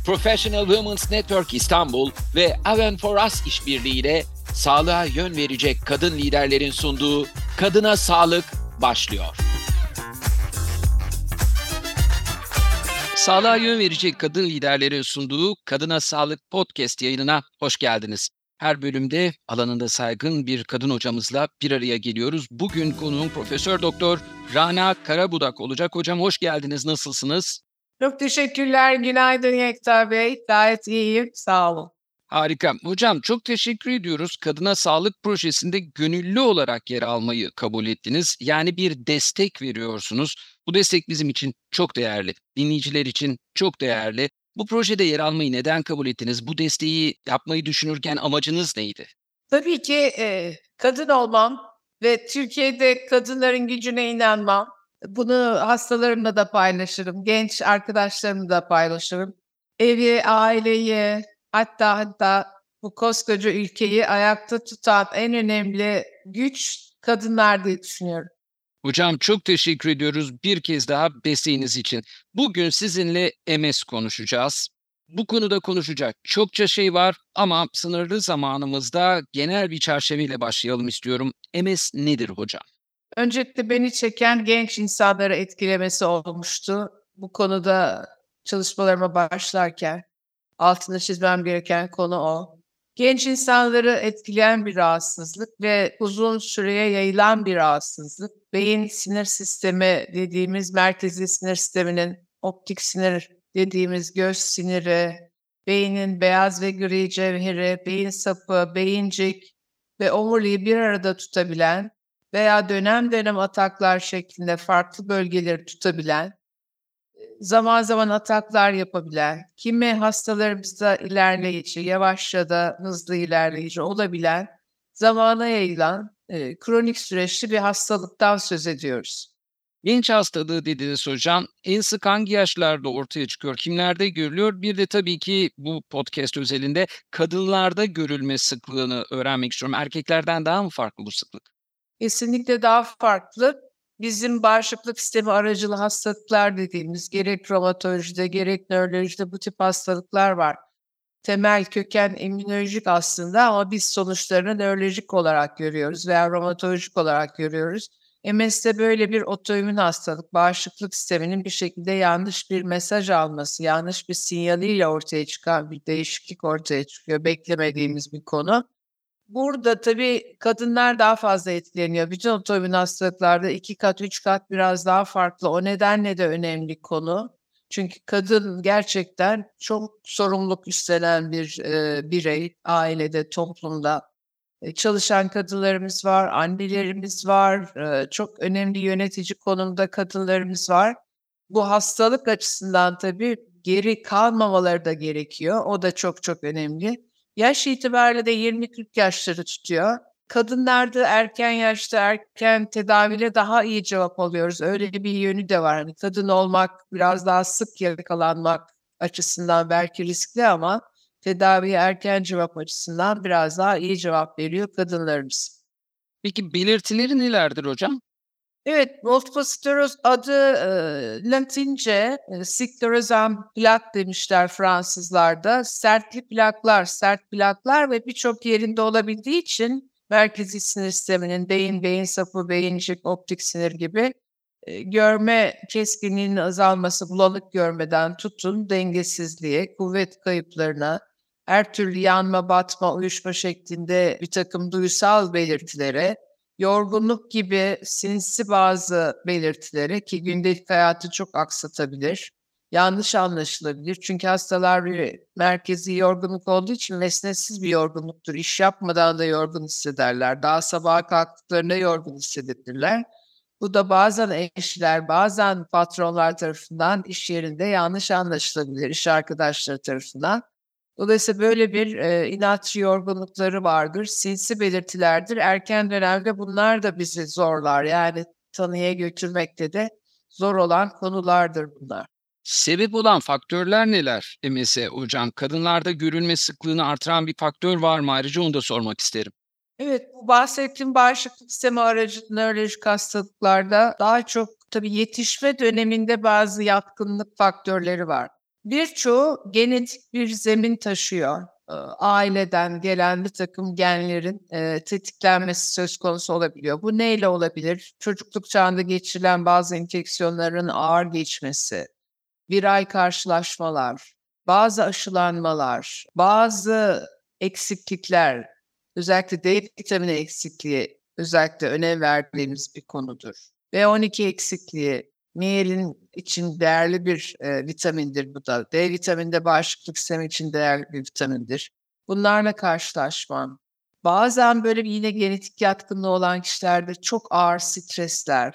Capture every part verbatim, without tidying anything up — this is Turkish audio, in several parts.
Professional Women's Network İstanbul ve Aven for Us işbirliğiyle sağlığa yön verecek kadın liderlerin sunduğu Kadına Sağlık başlıyor. Sağlığa yön verecek kadın liderlerin sunduğu Kadına Sağlık podcast yayınına hoş geldiniz. Her bölümde alanında saygın bir kadın hocamızla bir araya geliyoruz. Bugün konuğum Profesör Doktor Rana Karabudak olacak. Hocam hoş geldiniz. Nasılsınız? Çok teşekkürler. Günaydın Yekta Bey. Gayet iyiyim. Sağ olun. Harika. Hocam çok teşekkür ediyoruz. Kadına Sağlık Projesi'nde gönüllü olarak yer almayı kabul ettiniz. Yani bir destek veriyorsunuz. Bu destek bizim için çok değerli. Dinleyiciler için çok değerli. Bu projede yer almayı neden kabul ettiniz? Bu desteği yapmayı düşünürken amacınız neydi? Tabii ki e, kadın olmam ve Türkiye'de kadınların gücüne inanmam. Bunu hastalarımla da paylaşırım. Genç arkadaşlarımla da paylaşırım. Evi, aileyi, hatta hatta bu koskoca ülkeyi ayakta tutan en önemli güç kadınlar diye düşünüyorum. Hocam çok teşekkür ediyoruz bir kez daha desteğiniz için. Bugün sizinle M S konuşacağız. Bu konuda konuşacak çokça şey var ama sınırlı zamanımızda genel bir çerçeveyle başlayalım istiyorum. M S nedir hocam? Öncelikle beni çeken genç insanları etkilemesi olmuştu. Bu konuda çalışmalarıma başlarken altını çizmem gereken konu o. Genç insanları etkileyen bir rahatsızlık ve uzun süreye yayılan bir rahatsızlık. Beyin sinir sistemi dediğimiz merkezi sinir sisteminin optik sinir dediğimiz göz siniri, beynin beyaz ve gri cevheri, beyin sapı, beyincik ve omuriliği bir arada tutabilen veya dönem dönem ataklar şeklinde farklı bölgeleri tutabilen, zaman zaman ataklar yapabilen, kimi hastalarımızda ilerleyici, yavaş ya da hızlı ilerleyici olabilen, zamana yayılan e, kronik süreçli bir hastalıktan söz ediyoruz. Genç hastalığı dediniz hocam. En sık hangi yaşlarda ortaya çıkıyor? Kimlerde görülüyor? Bir de tabii ki bu podcast özelinde kadınlarda görülme sıklığını öğrenmek istiyorum. Erkeklerden daha mı farklı bu sıklık? Kesinlikle daha farklı. Bizim bağışıklık sistemi aracılı hastalıklar dediğimiz gerek romatolojide gerek nörolojide bu tip hastalıklar var. Temel köken immünolojik aslında ama biz sonuçlarını nörolojik olarak görüyoruz veya romatolojik olarak görüyoruz. M S'de böyle bir otoimmün hastalık, bağışıklık sisteminin bir şekilde yanlış bir mesaj alması, yanlış bir sinyaliyle ortaya çıkan bir değişiklik ortaya çıkıyor. Beklemediğimiz bir konu. Burada tabii kadınlar daha fazla etkileniyor. Bütün otoimmün hastalıklarda iki kat, üç kat biraz daha farklı. O nedenle de önemli konu. Çünkü kadın gerçekten çok sorumluluk üstlenen bir e, birey, ailede, toplumda. E, çalışan kadınlarımız var, annelerimiz var, e, çok önemli yönetici konumda kadınlarımız var. Bu hastalık açısından tabii geri kalmamaları da gerekiyor. O da çok çok önemli. Yaş itibariyle de yirmi kırk yaşları tutuyor. Kadınlarda erken yaşta erken tedaviyle daha iyi cevap alıyoruz. Öyle bir yönü de var. Hani kadın olmak biraz daha sık yakalanmak açısından belki riskli ama tedaviye erken cevap açısından biraz daha iyi cevap veriyor kadınlarımız. Peki belirtileri nelerdir hocam? Evet, multiple skleroz adı e, Latince e, sklerozan plak demişler Fransızlarda. Sertli plaklar, sert plaklar ve birçok yerinde olabildiği için merkezi sinir sisteminin beyin, beyin sapı, beyincik, optik sinir gibi e, görme keskinliğinin azalması, bulanık görmeden tutun dengesizliğe, kuvvet kayıplarına, her türlü yanma, batma, uyuşma şeklinde bir takım duysal belirtilere, yorgunluk gibi sinsi bazı belirtileri ki gündelik hayatı çok aksatabilir, yanlış anlaşılabilir. Çünkü hastalar bir merkezi yorgunluk olduğu için mesnetsiz bir yorgunluktur. İş yapmadan da yorgun hissederler. Daha sabaha kalktıklarında yorgun hissedebilirler. Bu da bazen eşler, bazen patronlar tarafından iş yerinde yanlış anlaşılabilir, iş arkadaşları tarafından. Dolayısıyla böyle bir e, inatçı yorgunlukları vardır, sinsi belirtilerdir. Erken dönemde bunlar da bizi zorlar. Yani tanıya götürmekte de zor olan konulardır bunlar. Sebep olan faktörler neler M S'e hocam? Kadınlarda görülme sıklığını artıran bir faktör var mı? Ayrıca onu da sormak isterim. Evet, bu bahsettiğim bağışıklık sistemi aracı nörolojik hastalıklarda daha çok tabii yetişme döneminde bazı yatkınlık faktörleri var. Birçoğu genetik bir zemin taşıyor. Eee, aileden gelen bir takım genlerin, eee, tetiklenmesi söz konusu olabiliyor. Bu neyle olabilir? Çocukluk çağında geçirilen bazı enfeksiyonların ağır geçmesi, viral karşılaşmalar, bazı aşılanmalar, bazı eksiklikler, özellikle D vitamini eksikliği özellikle önem verdiğimiz bir konudur. B on iki eksikliği, miyelin için değerli bir, eee, vitamindir bu da. D vitamini de bağışıklık sistemi için değerli bir vitamindir. Bunlarla karşılaşmam, bazen böyle bir yine genetik yatkınlığı olan kişilerde çok ağır stresler,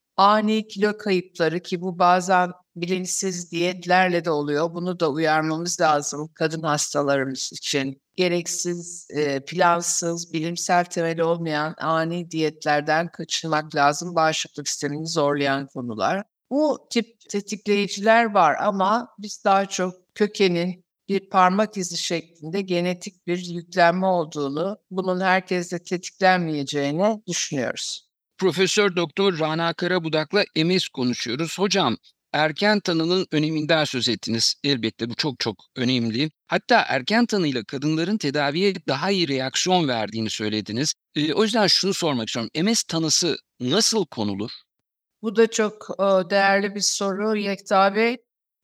ani kilo kayıpları ki bu bazen bilinçsiz diyetlerle de oluyor. Bunu da uyarmamız lazım kadın hastalarımız için. Gereksiz, eee, plansız, bilimsel temeli olmayan ani diyetlerden kaçınmak lazım. Bağışıklık sistemini zorlayan konular. Bu tip tetikleyiciler var ama biz daha çok kökenin bir parmak izi şeklinde genetik bir yüklenme olduğunu, bunun herkeste tetiklenmeyeceğini düşünüyoruz. Profesör Doktor Rana Karabudak'la M S konuşuyoruz. Hocam, erken tanının öneminden söz ettiniz. Elbette bu çok çok önemli. Hatta erken tanıyla kadınların tedaviye daha iyi reaksiyon verdiğini söylediniz. Eee, o yüzden şunu sormak istiyorum. M S tanısı nasıl konulur? Bu da çok, eee, değerli bir soru Yekta Bey.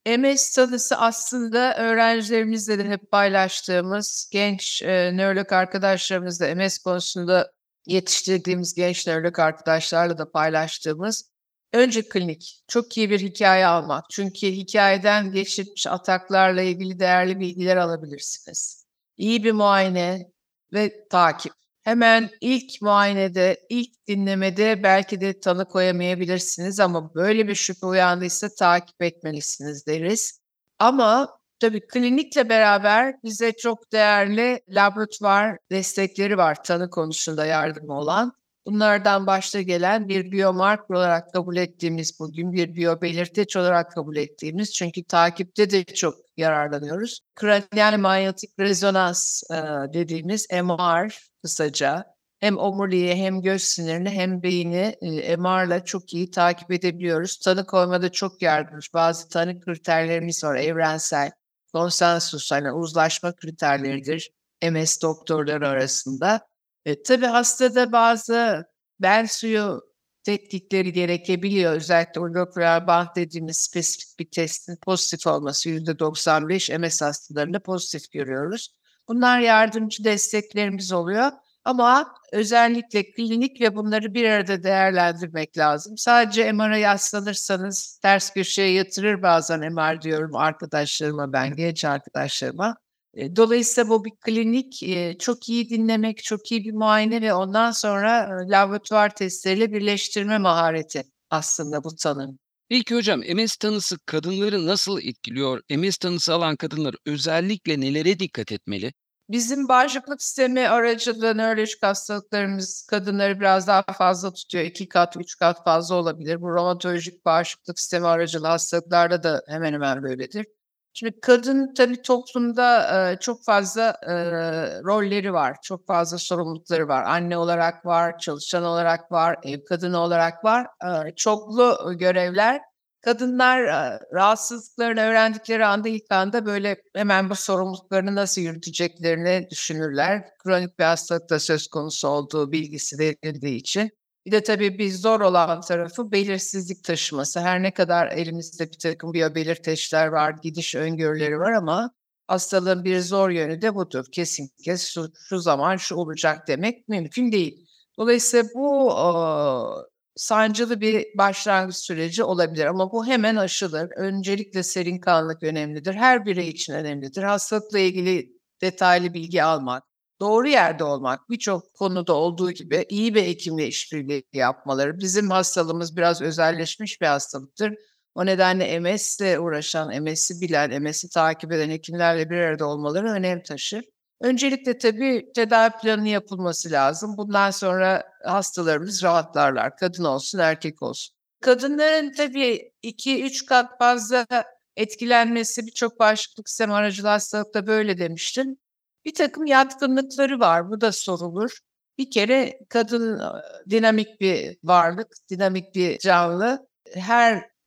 M S tanısı aslında öğrencilerimizle de hep paylaştığımız, genç, eee, nörolog arkadaşlarımızla M S konusunda yetiştirdiğimiz genç nörolog arkadaşlarla da paylaştığımız, önce klinik, çok iyi bir hikaye almak. Çünkü hikayeden geçirmiş ataklarla ilgili değerli bilgiler alabilirsiniz. İyi bir muayene ve takip. Hemen ilk muayenede, ilk dinlemede belki de tanı koyamayabilirsiniz ama böyle bir şüphe uyandıysa takip etmelisiniz deriz. Ama tabii klinikle beraber bize çok değerli laboratuvar destekleri var tanı konusunda yardımı olan. Bunlardan başta gelen bir biomarker olarak kabul ettiğimiz bugün bir biyobelirteç olarak kabul ettiğimiz çünkü takipte de çok yararlanıyoruz. Kraniyal manyetik rezonans eee, dediğimiz M R kısaca hem omuriliği hem göz sinirini hem beyni eee, M R'la çok iyi takip edebiliyoruz. Tanı koymada çok yardımcı. Bazı tanı kriterlerimiz var evrensel, konsensus hani uzlaşma kriterleridir M S doktorları arasında. E, tabii hastada bazı bel suyu tetkikleri gerekebiliyor. Özellikle moleküler bant dediğimiz spesifik bir testin pozitif olması yüzde doksan beş M S hastalarında pozitif görüyoruz. Bunlar yardımcı desteklerimiz oluyor ama özellikle klinik ve bunları bir arada değerlendirmek lazım. Sadece M R'a yaslanırsanız ters köşeye yatırır bazen M R diyorum arkadaşlarıma ben, genç arkadaşlarıma. Eee, dolayısıyla bu bir klinik, eee, çok iyi dinlemek, çok iyi bir muayene ve ondan sonra, eee, laboratuvar testleriyle birleştirme mahareti aslında bu tanı. Peki hocam, M S tanısı kadınları nasıl etkiliyor? M S tanısı alan kadınlar özellikle nelere dikkat etmeli? Bizim bağışıklık sistemi aracılığıyla nörolojik hastalıklarımız kadınları biraz daha fazla tutuyor. iki kat, üç kat fazla olabilir. Bu romatolojik bağışıklık sistemi aracılı hastalıklarda da hemen hemen böyledir. Şimdi kadın tabii toplumda, eee, çok fazla, eee, rolleri var, çok fazla sorumlulukları var. Anne olarak var, çalışan olarak var, ev kadını olarak var. Eee, çoklu görevler. Kadınlar, eee, rahatsızlıklarını öğrendikleri anda ilk anda böyle hemen bu sorumluluklarını nasıl yürüteceklerini düşünürler. Kronik bir hastalık da söz konusu olduğu bilgisi verildiği için. Bir de tabii bir zor olan tarafı belirsizlik taşıması. Her ne kadar elimizde birtakım biyobelirteçler var, gidiş öngörüleri var ama hastalığın bir zor yönü de budur. Kesinlikle şu, şu zaman şu olacak demek mümkün değil. Dolayısıyla bu aaa, sancılı bir başlangıç süreci olabilir ama bu hemen aşılır. Öncelikle serin kanlılık önemlidir. Her birey için önemlidir. Hastalıkla ilgili detaylı bilgi almak, doğru yerde olmak, birçok konuda olduğu gibi iyi bir hekimle işbirliği yapmaları. Bizim hastalığımız biraz özelleşmiş bir hastalıktır. O nedenle M S'le uğraşan, M S'i bilen, M S'i takip eden hekimlerle bir arada olmaları önem taşır. Öncelikle tabii tedavi planı yapılması lazım. Bundan sonra hastalarımız rahatlarlar. Kadın olsun, erkek olsun. Kadınların tabii iki üç kat fazla etkilenmesi birçok bağışıklık sistemi aracılı hastalıkta böyle demiştin. Birtakım yatkınlıkları var, bu da sorulur. Bir kere kadın, aaa, dinamik bir varlık, dinamik bir canlı. Her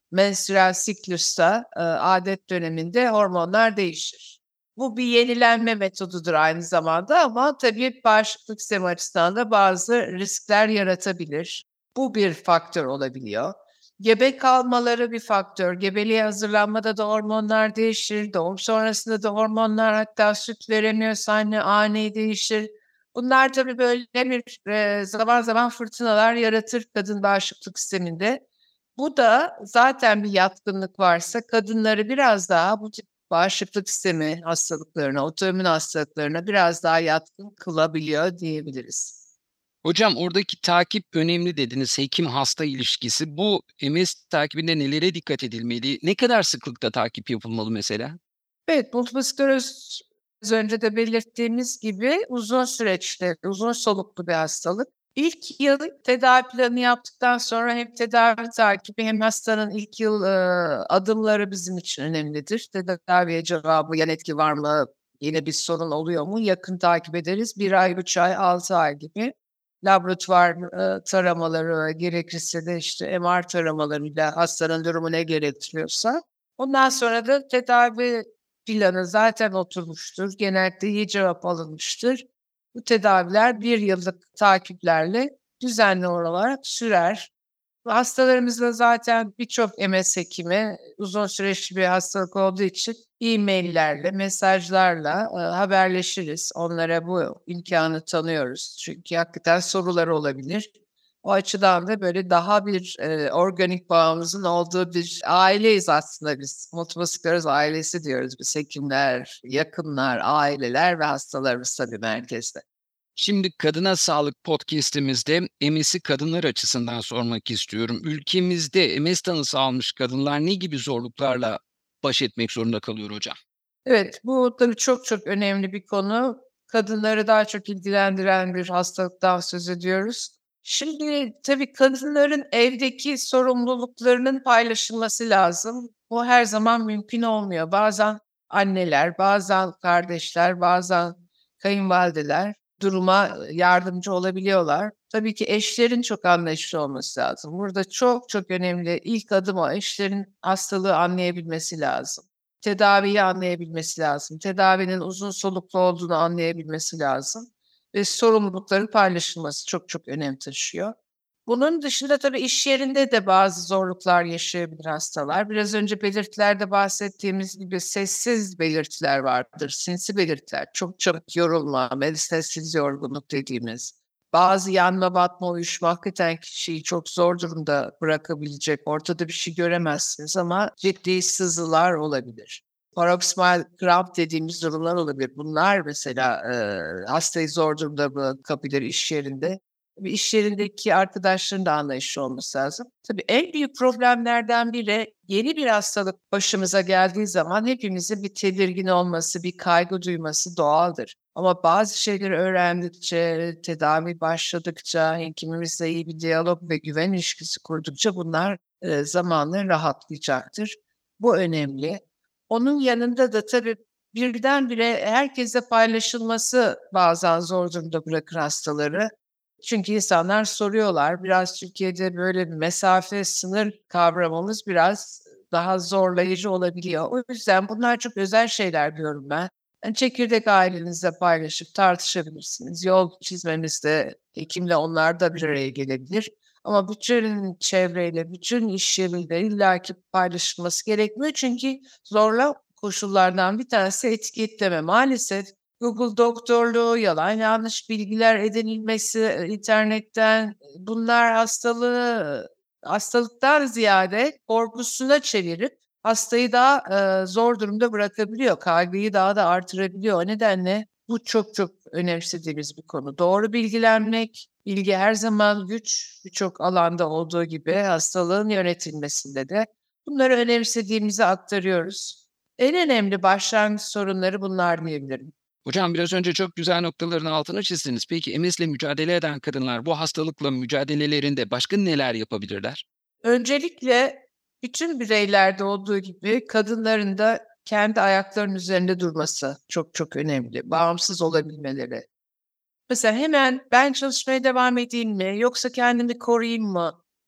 menstrual siklusta, eee, adet döneminde hormonlar değişir. Bu bir yenilenme metodudur aynı zamanda ama tabii bağışıklık sistemi açısından da bazı riskler yaratabilir. Bu bir faktör olabiliyor. Gebe kalmaları bir faktör. Gebeliğe hazırlanmada da hormonlar değişir. Doğum sonrasında da hormonlar, hatta süt veremiyorsa anne ani değişir. Bunlar tabii böyle bir eee, zaman zaman fırtınalar yaratır kadın bağışıklık sisteminde. Bu da zaten bir yatkınlık varsa kadınları biraz daha bu tip bağışıklık sistemi hastalıklarına, otoimmün hastalıklarına biraz daha yatkın kılabiliyor diyebiliriz. Hocam oradaki takip önemli dediniz. Hekim hasta ilişkisi. Bu M S takibinde nelere dikkat edilmeli? Ne kadar sıklıkta takip yapılmalı mesela? Evet, multiple skleroz az önce de belirttiğimiz gibi uzun süreçli, uzun soluklu bir hastalık. İlk yıl tedavi planı yaptıktan sonra hem tedavi takibi hem hastanın ilk yıl, eee, adımları bizim için önemlidir. Tedaviye cevabı, yan etki var mı, yine bir sorun oluyor mu yakın takip ederiz. bir ay, üç ay, altı ay gibi. Laboratuvar, eee, taramaları, gerekirse de işte M R taramalarıyla hastanın durumu ne gerektiriyorsa. Ondan sonra da tedavi planı zaten oturmuştur. Genellikle iyi cevap alınmıştır. Bu tedaviler bir yıllık takiplerle düzenli olarak sürer. Hastalarımızda zaten birçok M S hekimi uzun süreçli bir hastalık olduğu için e-mail'lerle, mesajlarla, eee, haberleşiriz. Onlara bu imkânı tanıyoruz. Çünkü hakikaten soruları olabilir. O açıdan da böyle daha bir, eee, organik bağımızın olduğu bir aileyiz aslında biz. Multiple skleroz ailesi diyoruz biz hekimler, yakınlar, aileler ve hastalarımız tabii merkezde. Şimdi Kadına Sağlık podcast'imizde M S'i kadınlar açısından sormak istiyorum. Ülkemizde M S tanısı almış kadınlar ne gibi zorluklarla baş etmek zorunda kalıyor hocam? Evet, bu tabii çok çok önemli bir konu. Kadınları daha çok ilgilendiren bir hastalıktan söz ediyoruz. Şimdi tabii kadınların evdeki sorumluluklarının paylaşılması lazım. Bu her zaman mümkün olmuyor. Bazen anneler, bazen kardeşler, bazen kayınvalideler duruma yardımcı olabiliyorlar. Tabii ki eşlerin çok anlayışlı olması lazım. Burada çok çok önemli ilk adım o eşlerin hastalığı anlayabilmesi lazım. Tedaviyi anlayabilmesi lazım. Tedavinin uzun soluklu olduğunu anlayabilmesi lazım ve sorumlulukların paylaşılması çok çok önem taşıyor. Bunun dışında tabii iş yerinde de bazı zorluklar yaşayabilir hastalar. Biraz önce belirtilerde bahsettiğimiz gibi sessiz belirtiler vardır, sinsi belirtiler. Çok çabuk yorulma, sessiz yorgunluk dediğimiz. Bazı yanma, batma, uyuşma hakikaten kişiyi çok zor durumda bırakabilecek. Ortada bir şey göremezsiniz ama ciddi sızılar olabilir. Paroksimal kramp dediğimiz durumlar olabilir. Bunlar mesela, eee, hastayı zor durumda bırakabilir iş yerinde. Tabii iş yerindeki arkadaşların da anlayışlı olması lazım. Tabii en büyük problemlerden biri yeni bir hastalık başımıza geldiği zaman hepimizin bir tedirgin olması, bir kaygı duyması doğaldır. Ama bazı şeyleri öğrendikçe, tedavi başladıkça, hekimimizle iyi bir diyalog ve güven ilişkisi kurdukça bunlar, eee, zamanla rahatlayacaktır. Bu önemli. Onun yanında da tabii birdenbire herkesle paylaşılması bazen zor durumda bırakır hastaları. Çünkü insanlar soruyorlar. Biraz Türkiye'de böyle bir mesafe, sınır kavramımız biraz daha zorlayıcı olabiliyor. O yüzden bunlar çok özel şeyler diyorum ben. Yani çekirdek ailenizle paylaşıp tartışabilirsiniz. Yol çizmenizde hekimle onlar da bir araya gelebilir. Ama bütün çevreyle, bütün iş yeriyle illaki paylaşılması gerekmiyor. Çünkü zorla koşullardan bir tanesi etiketleme. Maalesef Google doktorluğu, yalan yanlış bilgiler edinilmesi, eee, internetten, bunlar hastalığı hastalıktan ziyade korkusuna çevirip hastayı daha, eee, zor durumda bırakabiliyor. Kaygıyı daha da artırabiliyor. O nedenle bu çok çok önemsediğimiz bir konu. Doğru bilgilenmek, bilgi her zaman güç. Birçok alanda olduğu gibi hastalığın yönetilmesinde de bunları önemsediğimizi aktarıyoruz. En önemli başlangıç sorunları bunlar diyebilirim. Hocam biraz önce çok güzel noktaların altını çizdiniz. Peki M S'le mücadele eden kadınlar bu hastalıkla mücadelelerinde başka neler yapabilirler? Öncelikle bütün bireylerde olduğu gibi kadınların da kendi ayaklarının üzerinde durması çok çok önemli. Bağımsız olabilmeleri. Mesela hemen ben çalışmaya devam edeyim mi yoksa kendimi koruyayım mı?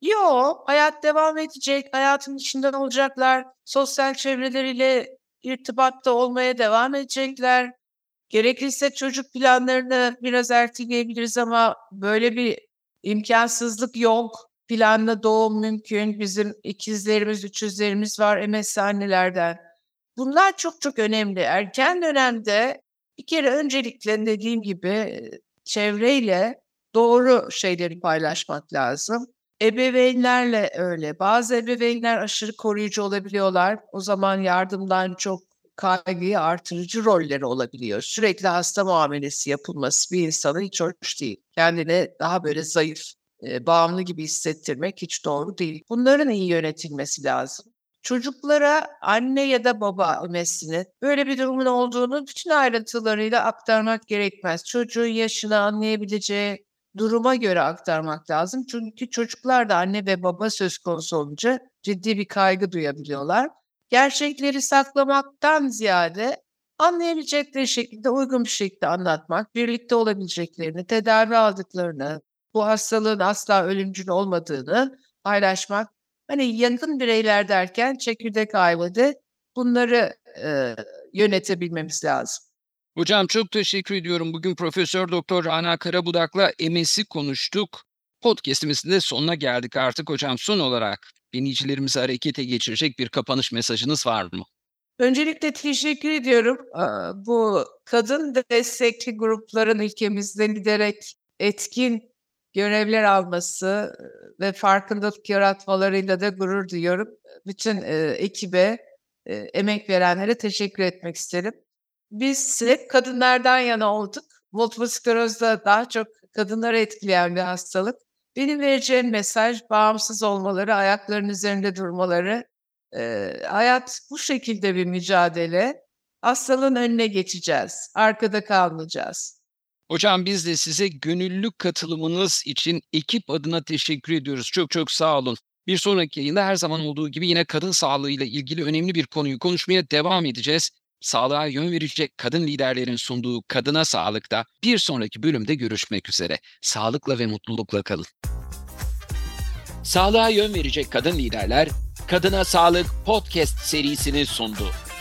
Yo, hayat devam edecek, hayatın içinde olacaklar, sosyal çevreleriyle irtibatta olmaya devam edecekler. Gerekirse çocuk planlarını biraz erteleyebiliriz ama böyle bir imkânsızlık yok. Planlı doğum mümkün. Bizim ikizlerimiz, üçüzlerimiz var emezli annelerden. Bunlar çok çok önemli. Erken dönemde bir kere öncelikle dediğim gibi, eee, çevreyle doğru şeyleri paylaşmak lazım. Ebeveynlerle öyle. Bazı ebeveynler aşırı koruyucu olabiliyorlar. O zaman yardımdan çok kaygıyı artırıcı rolleri olabiliyor. Sürekli hasta muamelesi yapılması bir insana hiç hoş değil. Kendini daha böyle zayıf, eee, bağımlı gibi hissettirmek hiç doğru değil. Bunların iyi yönetilmesi lazım. Çocuklara anne ya da baba neslini böyle bir durumun olduğunu bütün ayrıntılarıyla aktarmak gerekmez. Çocuğun yaşını anlayabileceği duruma göre aktarmak lazım. Çünkü çocuklar da anne ve baba söz konusu olunca ciddi bir kaygı duyabiliyorlar. Gerçekleri saklamaktan ziyade anlayabilecekleri şekilde, uygun bir şekilde anlatmak, birlikte olabileceklerini, tedavi aldıklarını, bu hastalığın asla ölümcül olmadığını paylaşmak. Hani yakın bireyler derken çekirdek ailede bunları, eee, yönetebilmemiz lazım. Hocam çok teşekkür ediyorum. Bugün Profesör Doktor Rana Karabudak'la M S'i konuştuk. Podcast'imizin de sonuna geldik artık hocam. Son olarak dinleyicilerimizi harekete geçirecek bir kapanış mesajınız var mı? Öncelikle teşekkür ediyorum. Aaa, bu kadın destekli grupların ülkemizde giderek etkin görevler alması, ııı, ve farkındalık yaratmalarıyla da gurur duyuyorum. Bütün, eee, ekibe, eee, emek verenlere teşekkür etmek isterim. Biz hep kadınlardan yana olduk. Multiple skleroz da daha çok kadınları etkileyen bir hastalık. Benim vereceğim mesaj bağımsız olmaları, ayaklarının üzerinde durmaları. Eee, hayat bu şekilde bir mücadele. Hastalığın önüne geçeceğiz. Arkada kalmayacağız. Hocam biz de size gönüllü katılımınız için ekip adına teşekkür ediyoruz. Çok çok sağ olun. Bir sonraki yayında her zaman olduğu gibi yine kadın sağlığıyla ilgili önemli bir konuyu konuşmaya devam edeceğiz. Sağlığa yön verecek kadın liderlerin sunduğu Kadına Sağlık'ta bir sonraki bölümde görüşmek üzere. Sağlıkla ve mutlulukla kalın. Sağlığa yön verecek kadın liderler, Kadına Sağlık podcast serisini sundu.